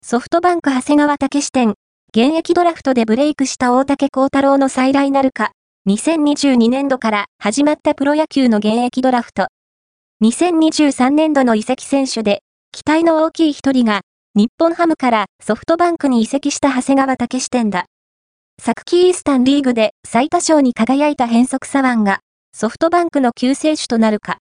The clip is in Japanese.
ソフトバンク長谷川武史店、現役ドラフトでブレイクした大竹耕太郎の再来なるか、2022年度から始まったプロ野球の現役ドラフト。2023年度の移籍選手で、期待の大きい一人が、日本ハムからソフトバンクに移籍した長谷川武史店だ。昨季イースタンリーグで最多勝に輝いた変則左腕が、ソフトバンクの救世主となるか。